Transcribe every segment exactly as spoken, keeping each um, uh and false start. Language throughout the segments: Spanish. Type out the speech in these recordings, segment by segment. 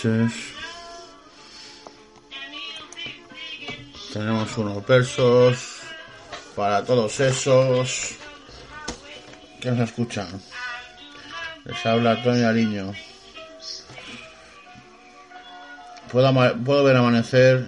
noches. Tenemos unos versos para todos esos que nos escuchan. Les habla Antonio Ariño. Puedo, ama- puedo ver amanecer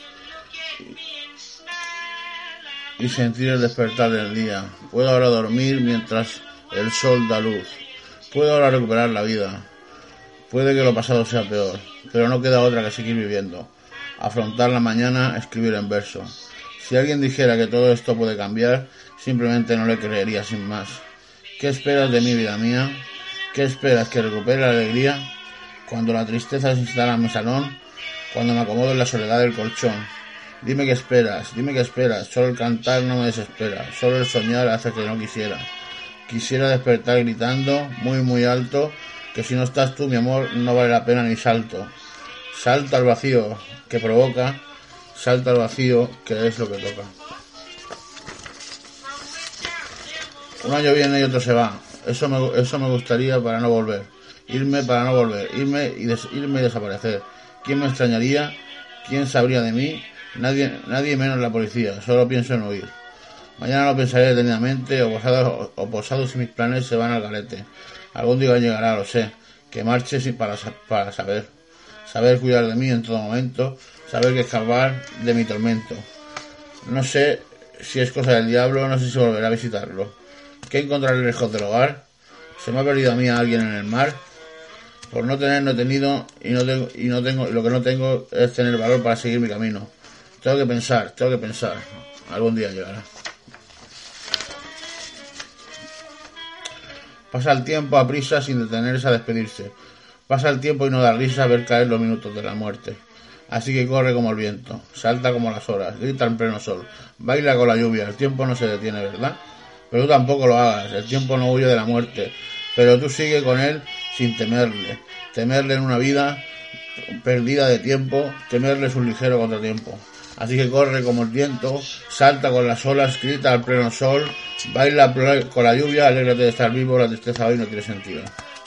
y sentir el despertar del día. Puedo ahora dormir mientras el sol da luz. Puedo ahora recuperar la vida. Puede que lo pasado sea peor, pero no queda otra que seguir viviendo. Afrontar la mañana, escribir en verso. Si alguien dijera que todo esto puede cambiar, simplemente no le creería sin más. ¿Qué esperas de mí, vida mía? ¿Qué esperas? ¿Que recupere la alegría? Cuando la tristeza se instala en mi salón, cuando me acomodo en la soledad del colchón. Dime qué esperas, dime qué esperas. Solo el cantar no me desespera, solo el soñar hace que no quisiera. Quisiera despertar gritando, muy muy alto, que si no estás tú, mi amor, no vale la pena ni salto. Salto al vacío que provoca, salto al vacío que es lo que toca. Un año viene y otro se va. Eso me, eso me gustaría para no volver. Irme para no volver. Irme y, des, irme y desaparecer. ¿Quién me extrañaría? ¿Quién sabría de mí? Nadie, nadie menos la policía. Solo pienso en huir. Mañana lo pensaré detenidamente o posado, o posado si mis planes se van al garete. Algún día llegará, lo sé. Que marche para, para saber. Saber cuidar de mí en todo momento. Saber que escapar de mi tormento. No sé si es cosa del diablo, no sé si volverá a visitarlo. ¿Qué encontraré lejos del hogar? ¿Se me ha perdido a mí a alguien en el mar? Por no tener, no he tenido y no tengo, y no tengo, lo que no tengo es tener valor para seguir mi camino. Tengo que pensar, tengo que pensar. Algún día llegará. Pasa el tiempo a prisa sin detenerse a despedirse. Pasa el tiempo y no da risa ver caer los minutos de la muerte. Así que corre como el viento, salta como las horas, grita en pleno sol, baila con la lluvia, el tiempo no se detiene, ¿verdad? Pero tú tampoco lo hagas, el tiempo no huye de la muerte, pero tú sigue con él sin temerle. Temerle en una vida perdida de tiempo, temerle es un ligero contratiempo. Así que corre como el viento, salta con las olas, grita al pleno sol, baila con la lluvia, alégrate de estar vivo, la tristeza hoy no tiene sentido.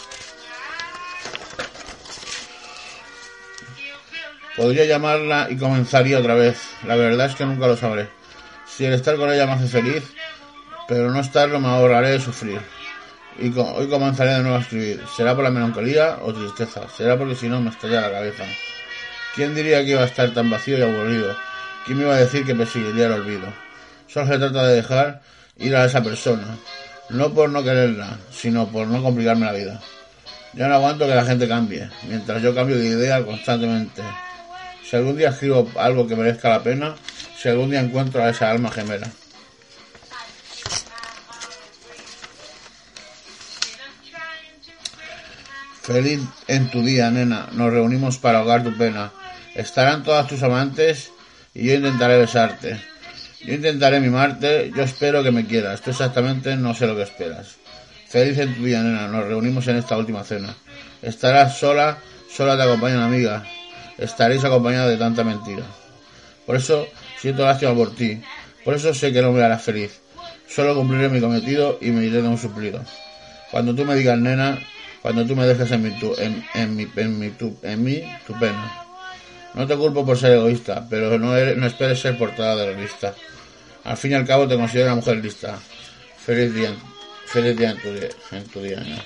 Podría llamarla y comenzaría otra vez. La verdad es que nunca lo sabré. Si el estar con ella me hace feliz, pero no estarlo me ahorraré de sufrir. Y co- hoy comenzaré de nuevo a escribir. ¿Será por la melancolía o tristeza? ¿Será porque si no me estalla la cabeza? ¿Quién diría que iba a estar tan vacío y aburrido? ¿Quién me iba a decir que perseguiría el olvido? Solo se trata de dejar ir a esa persona. No por no quererla, sino por no complicarme la vida. Yo no aguanto que la gente cambie, mientras yo cambio de idea constantemente. Si algún día escribo algo que merezca la pena, si algún día encuentro a esa alma gemela. Feliz en tu día, nena, nos reunimos para ahogar tu pena. Estarán todas tus amantes y yo intentaré besarte. Yo intentaré mimarte, yo espero que me quieras. Tú exactamente no sé lo que esperas. Feliz en tu día, nena, nos reunimos en esta última cena. Estarás sola, sola te acompaña una amiga. Estaréis acompañada de tanta mentira. Por eso siento lástima por ti. Por eso sé que no me harás feliz. Solo cumpliré mi cometido y me iré de un suplido. Cuando tú me digas, nena, cuando tú me dejes en mi, tu, en, en mi, en mi, tu, en mí, tu pena. No te culpo por ser egoísta, pero no, eres, no esperes ser portada de revista. Al fin y al cabo te considero una mujer lista. Feliz día, feliz día en tu día, en tu día, nena.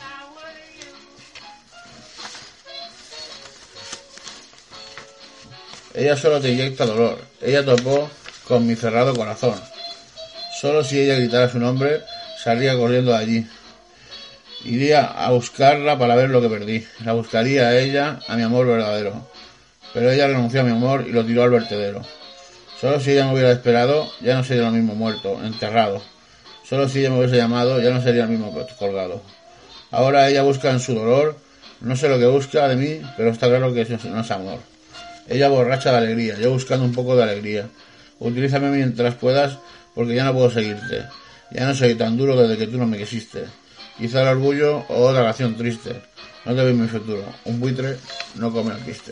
Ella solo te inyecta dolor. Ella topó con mi cerrado corazón. Solo si ella gritara su nombre, saldría corriendo de allí. Iría a buscarla para ver lo que perdí. La buscaría a ella, a mi amor verdadero. Pero ella renunció a mi amor y lo tiró al vertedero. Solo si ella me hubiera esperado, ya no sería lo mismo muerto, enterrado. Solo si ella me hubiese llamado, ya no sería el mismo colgado. Ahora ella busca en su dolor, no sé lo que busca de mí, pero está claro que eso no es amor. Ella borracha de alegría, yo buscando un poco de alegría. Utilízame mientras puedas, porque ya no puedo seguirte. Ya no soy tan duro desde que tú no me quisiste. Quizá el orgullo o otra canción triste. No te veo en mi futuro. Un buitre no come alpiste.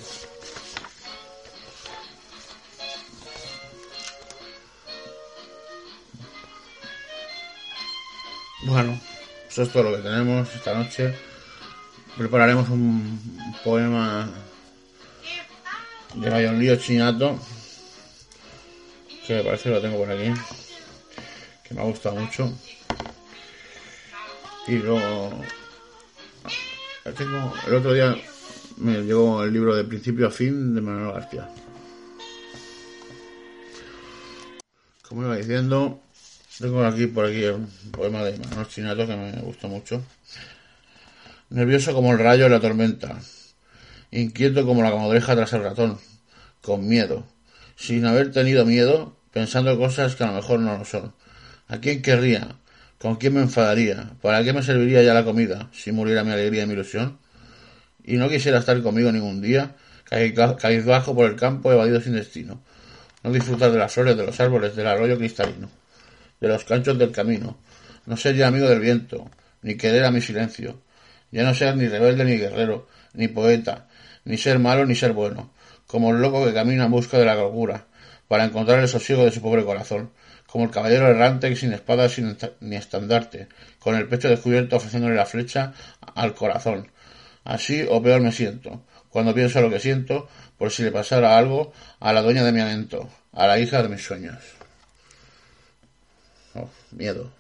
Bueno, eso es todo lo que tenemos esta noche. Prepararemos un poema de Mayonlío Chinato, que me parece que lo tengo por aquí, que me ha gustado mucho. Y luego tengo, el otro día me llegó el libro de principio a fin de Manuel García. Como iba diciendo, tengo aquí por aquí un poema de Manuel Chinato que me gustó mucho. Nervioso como el rayo en la tormenta, inquieto como la comadreja tras el ratón, con miedo, sin haber tenido miedo, pensando cosas que a lo mejor no lo son. ¿A quién querría? ¿Con quién me enfadaría? ¿Para qué me serviría ya la comida si muriera mi alegría y mi ilusión? Y no quisiera estar conmigo ningún día, cabizbajo por el campo, evadido sin destino. No disfrutar de las flores de los árboles, del arroyo cristalino, de los canchos del camino. No ser ya amigo del viento, ni querer a mi silencio. Ya no ser ni rebelde ni guerrero, ni poeta, ni ser malo ni ser bueno, como el loco que camina en busca de la locura, para encontrar el sosiego de su pobre corazón, como el caballero errante que sin espada sin ni estandarte, con el pecho descubierto ofreciéndole la flecha al corazón. Así o peor me siento, cuando pienso lo que siento, por si le pasara algo a la dueña de mi alento, a la hija de mis sueños. Oh, miedo.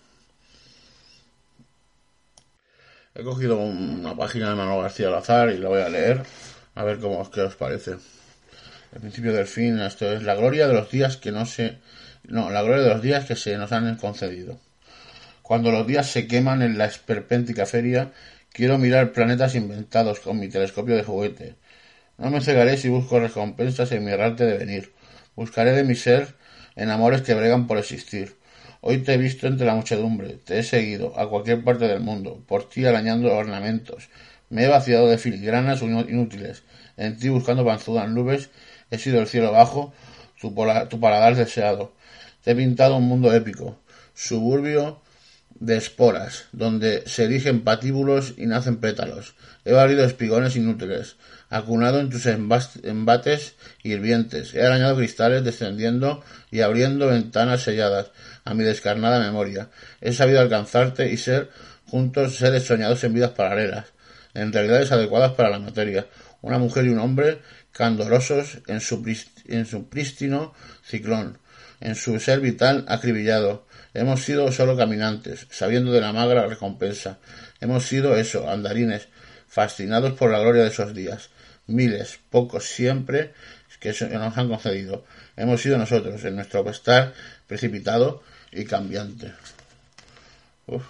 He cogido una página de Manuel García al azar y la voy a leer, a ver cómo qué os parece. El principio del fin, esto es la gloria de los días que no se... No, la gloria de los días que se nos han concedido. Cuando los días se queman en la esperpéntica feria, quiero mirar planetas inventados con mi telescopio de juguete. No me cegaré si busco recompensas en mi errante devenir. Buscaré de mi ser en amores que bregan por existir. Hoy te he visto entre la muchedumbre, te he seguido a cualquier parte del mundo, por ti arañando ornamentos. Me he vaciado de filigranas inútiles, en ti buscando panzudas nubes, he sido el cielo bajo, tu, pola, tu paladar deseado. Te he pintado un mundo épico, suburbio de esporas, donde se erigen patíbulos y nacen pétalos. He valido espigones inútiles, acunado en tus embates hirvientes. He arañado cristales descendiendo y abriendo ventanas selladas a mi descarnada memoria. He sabido alcanzarte y ser juntos seres soñados en vidas paralelas, en realidades adecuadas para la materia. Una mujer y un hombre candorosos en su, en su prístino ciclón, en su ser vital acribillado. Hemos sido solo caminantes, sabiendo de la magra recompensa. Hemos sido eso, andarines, fascinados por la gloria de esos días. Miles, pocos, siempre, que nos han concedido. Hemos sido nosotros, en nuestro estar precipitado y cambiante. Uf.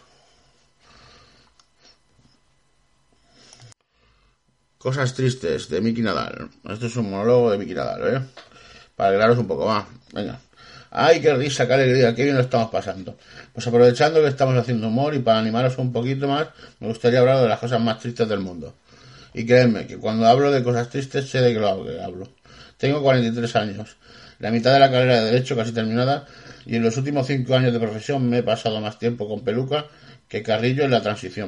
Cosas tristes, de Miki Nadal. Esto es un monólogo de Miki Nadal, ¿eh? Para alegraros un poco más. Venga. ¡Ay, qué risa, qué alegría, qué bien lo estamos pasando! Pues aprovechando que estamos haciendo humor y para animaros un poquito más, me gustaría hablar de las cosas más tristes del mundo. Y créanme, que cuando hablo de cosas tristes sé de qué lo hablo. Tengo cuarenta y tres años, la mitad de la carrera de Derecho casi terminada, y en los últimos cinco años de profesión me he pasado más tiempo con peluca que carrillo en la transición.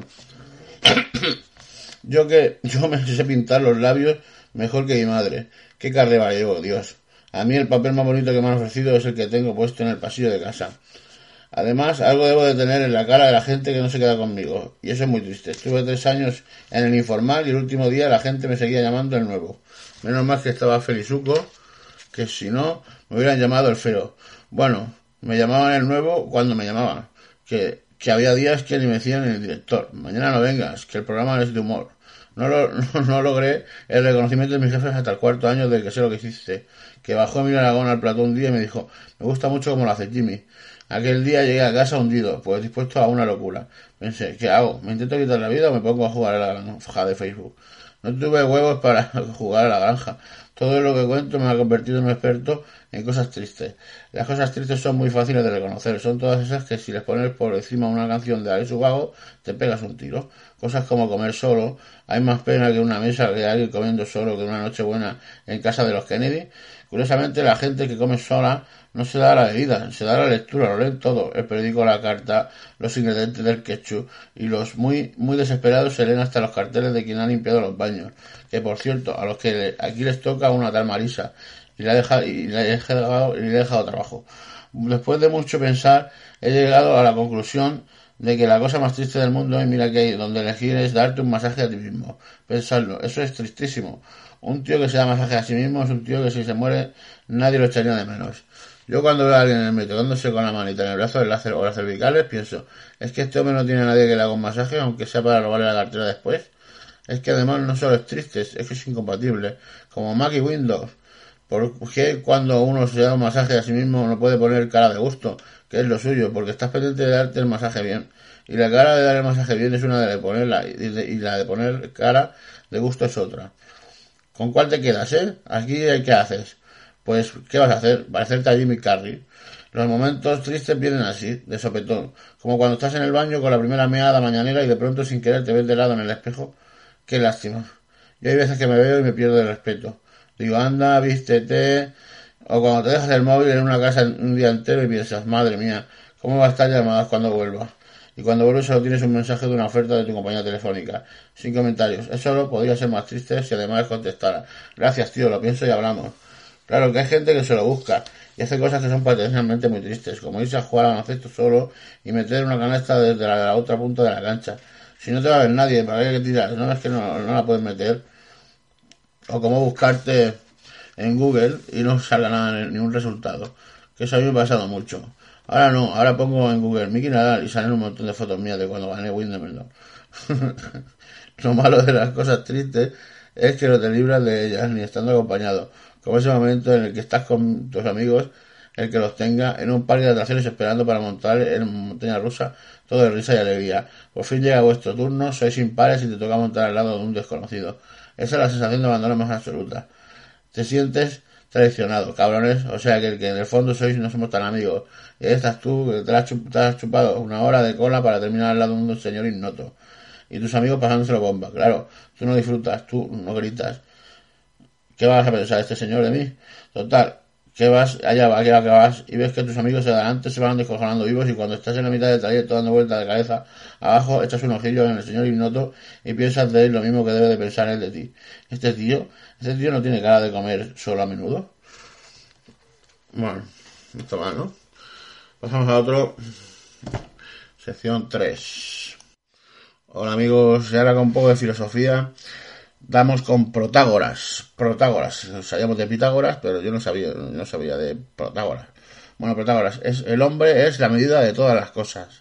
Yo que yo me sé pintar los labios mejor que mi madre. ¡Qué carrera llevo, Dios! A mí el papel más bonito que me han ofrecido es el que tengo puesto en el pasillo de casa. Además, algo debo de tener en la cara de la gente que no se queda conmigo. Y eso es muy triste. Estuve tres años en el informal y el último día la gente me seguía llamando el nuevo. Menos mal que estaba Felizuco, que si no, me hubieran llamado el feo. Bueno, me llamaban el nuevo cuando me llamaban. Que, que había días que ni me decían el director. Mañana no vengas, que el programa no es de humor. No, lo, no, no logré el reconocimiento de mis jefes hasta el cuarto año de que sé lo que hiciste. Que bajó Emilio Aragón al plató un día y me dijo: me gusta mucho como lo hace Jimmy. Aquel día llegué a casa hundido, pues dispuesto a una locura. Pensé, ¿qué hago? ¿Me intento quitar la vida o me pongo a jugar a la granja de Facebook? No tuve huevos para jugar a la granja. Todo lo que cuento me ha convertido en un experto en cosas tristes. Las cosas tristes son muy fáciles de reconocer. Son todas esas que si les pones por encima una canción de Alex Ubago, te pegas un tiro. Cosas como comer solo. Hay más pena que una mesa de alguien comiendo solo que una noche buena en casa de los Kennedy. Curiosamente, la gente que come sola no se da la bebida, se da la lectura, lo leen todo, el periódico, la carta, los ingredientes del ketchup, y los muy muy desesperados se leen hasta los carteles de quien ha limpiado los baños, que por cierto, a los que le, aquí les toca una tal Marisa, y le ha dejado, y le ha dejado, y le ha dejado trabajo. Después de mucho pensar, he llegado a la conclusión de que la cosa más triste del mundo, y mira que hay donde elegir, es darte un masaje a ti mismo. Pensadlo, eso es tristísimo. Un tío que se da masaje a sí mismo es un tío que si se muere nadie lo echaría de menos. Yo cuando veo a alguien en el metro dándose con la manita en el brazo o las cervicales, pienso, es que este hombre no tiene a nadie que le haga un masaje, aunque sea para robarle la cartera después. Es que además no solo es triste, es que es incompatible. Como Mac y Windows. ¿Por qué cuando uno se da un masaje a sí mismo no puede poner cara de gusto? Que es lo suyo, porque estás pendiente de darte el masaje bien. Y la cara de dar el masaje bien es una de ponerla, y, de, y la de poner cara de gusto es otra. ¿Con cuál te quedas, eh? Aquí, ¿qué haces? Pues, ¿qué vas a hacer? Parecerte a Jimmy Carrey. Los momentos tristes vienen así, de sopetón. Como cuando estás en el baño con la primera meada mañanera y de pronto sin querer te ves de lado en el espejo. Qué lástima. Yo hay veces que me veo y me pierdo el respeto. Digo, anda, vístete. O cuando te dejas el móvil en una casa un día entero y piensas, madre mía, ¿cómo va a estar llamadas cuando vuelva? Y cuando vuelves solo tienes un mensaje de una oferta de tu compañía telefónica. Sin comentarios. Eso solo podría ser más triste si además contestara. Gracias, tío, lo pienso y hablamos. Claro que hay gente que se lo busca y hace cosas que son potencialmente muy tristes, como irse a jugar a baloncesto solo y meter una canasta desde la, la otra punta de la cancha. Si no te va a ver nadie, ¿para qué tirar? No es que no, no la puedes meter. O como buscarte en Google y no salga nada, ni un resultado. Que eso a mí me ha pasado mucho. Ahora no, ahora pongo en Google Mickey Nadal y salen un montón de fotos mías de cuando gané Wimbledon. Lo malo de las cosas tristes es que no te libras de ellas ni estando acompañado. Como ese momento en el que estás con tus amigos, el que los tenga en un parque de atracciones esperando para montar en montaña rusa, todo de risa y alegría. Por fin llega vuestro turno, sois impares y te toca montar al lado de un desconocido. Esa es la sensación de abandono más absoluta. Te sientes traicionado, cabrones, o sea que el que en el fondo sois no somos tan amigos. Y ahí estás tú, que te has, chup- te has chupado una hora de cola para terminar al lado de un señor ignoto. Y tus amigos pasándoselo bomba. Claro, tú no disfrutas, tú no gritas. ¿Qué vas a pensar este señor de mí? Total, que vas, allá va, allá que vas, y ves que tus amigos de adelante se van descojonando vivos y cuando estás en la mitad del trayecto dando vueltas de cabeza abajo, echas un ojillo en el señor ignoto y piensas de él lo mismo que debe de pensar él de ti. Este tío, este tío no tiene cara de comer solo a menudo. Bueno, no está mal, ¿no? Pasamos a otro. Sección tres. Hola amigos, y ahora con un poco de filosofía. Damos con Protágoras. Protágoras. Sabíamos de Pitágoras, pero yo no sabía, no sabía de Protágoras. Bueno, Protágoras es el hombre es la medida de todas las cosas.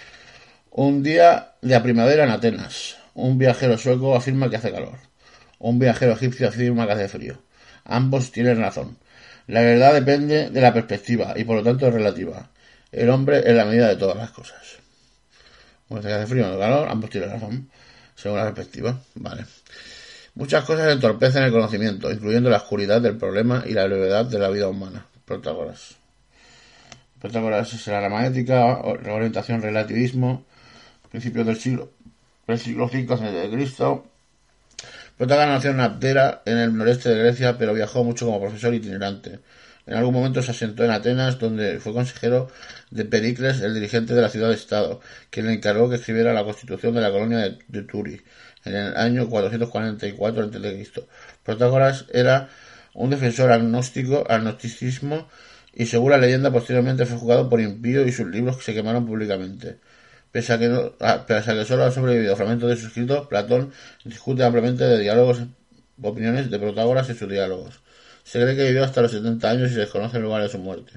Un día de primavera en Atenas. Un viajero sueco afirma que hace calor. Un viajero egipcio afirma que hace frío. Ambos tienen razón. La verdad depende de la perspectiva y por lo tanto es relativa. El hombre es la medida de todas las cosas. Uno dice que hace frío o calor, ambos tienen razón. Según la perspectiva. Vale. Muchas cosas entorpecen el conocimiento, incluyendo la oscuridad del problema y la brevedad de la vida humana. Protágoras. Protágoras es la rama ética, orientación, relativismo, principios del siglo, del siglo cinco antes de Cristo. Protágoras nació en Abdera, en el noreste de Grecia, pero viajó mucho como profesor itinerante. En algún momento se asentó en Atenas, donde fue consejero de Pericles, el dirigente de la ciudad-estado, quien le encargó que escribiera la constitución de la colonia de, de Turi, en el año cuatrocientos cuarenta y cuatro antes de Cristo Protágoras era un defensor agnóstico, agnosticismo, y según la leyenda posteriormente fue juzgado por impío y sus libros se quemaron públicamente. Pese a que, no, ah, pese a que solo han sobrevivido fragmentos de sus escritos, Platón discute ampliamente de diálogos, opiniones de Protágoras y sus diálogos. Se cree que vivió hasta los setenta años y se desconoce el lugar de su muerte.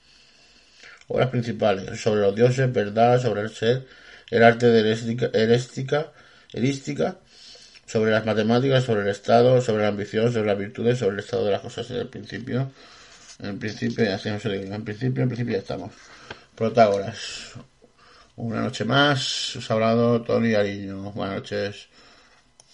Obras principales: sobre los dioses, verdad, sobre el ser, el arte de eréstica, eréstica, erística, sobre las matemáticas, sobre el estado, sobre la ambición, sobre las virtudes, sobre el estado de las cosas en el principio. En el principio ya estamos, en principio, en principio ya estamos. Protágoras. Una noche más, os ha hablado Tony Ariño. Buenas noches.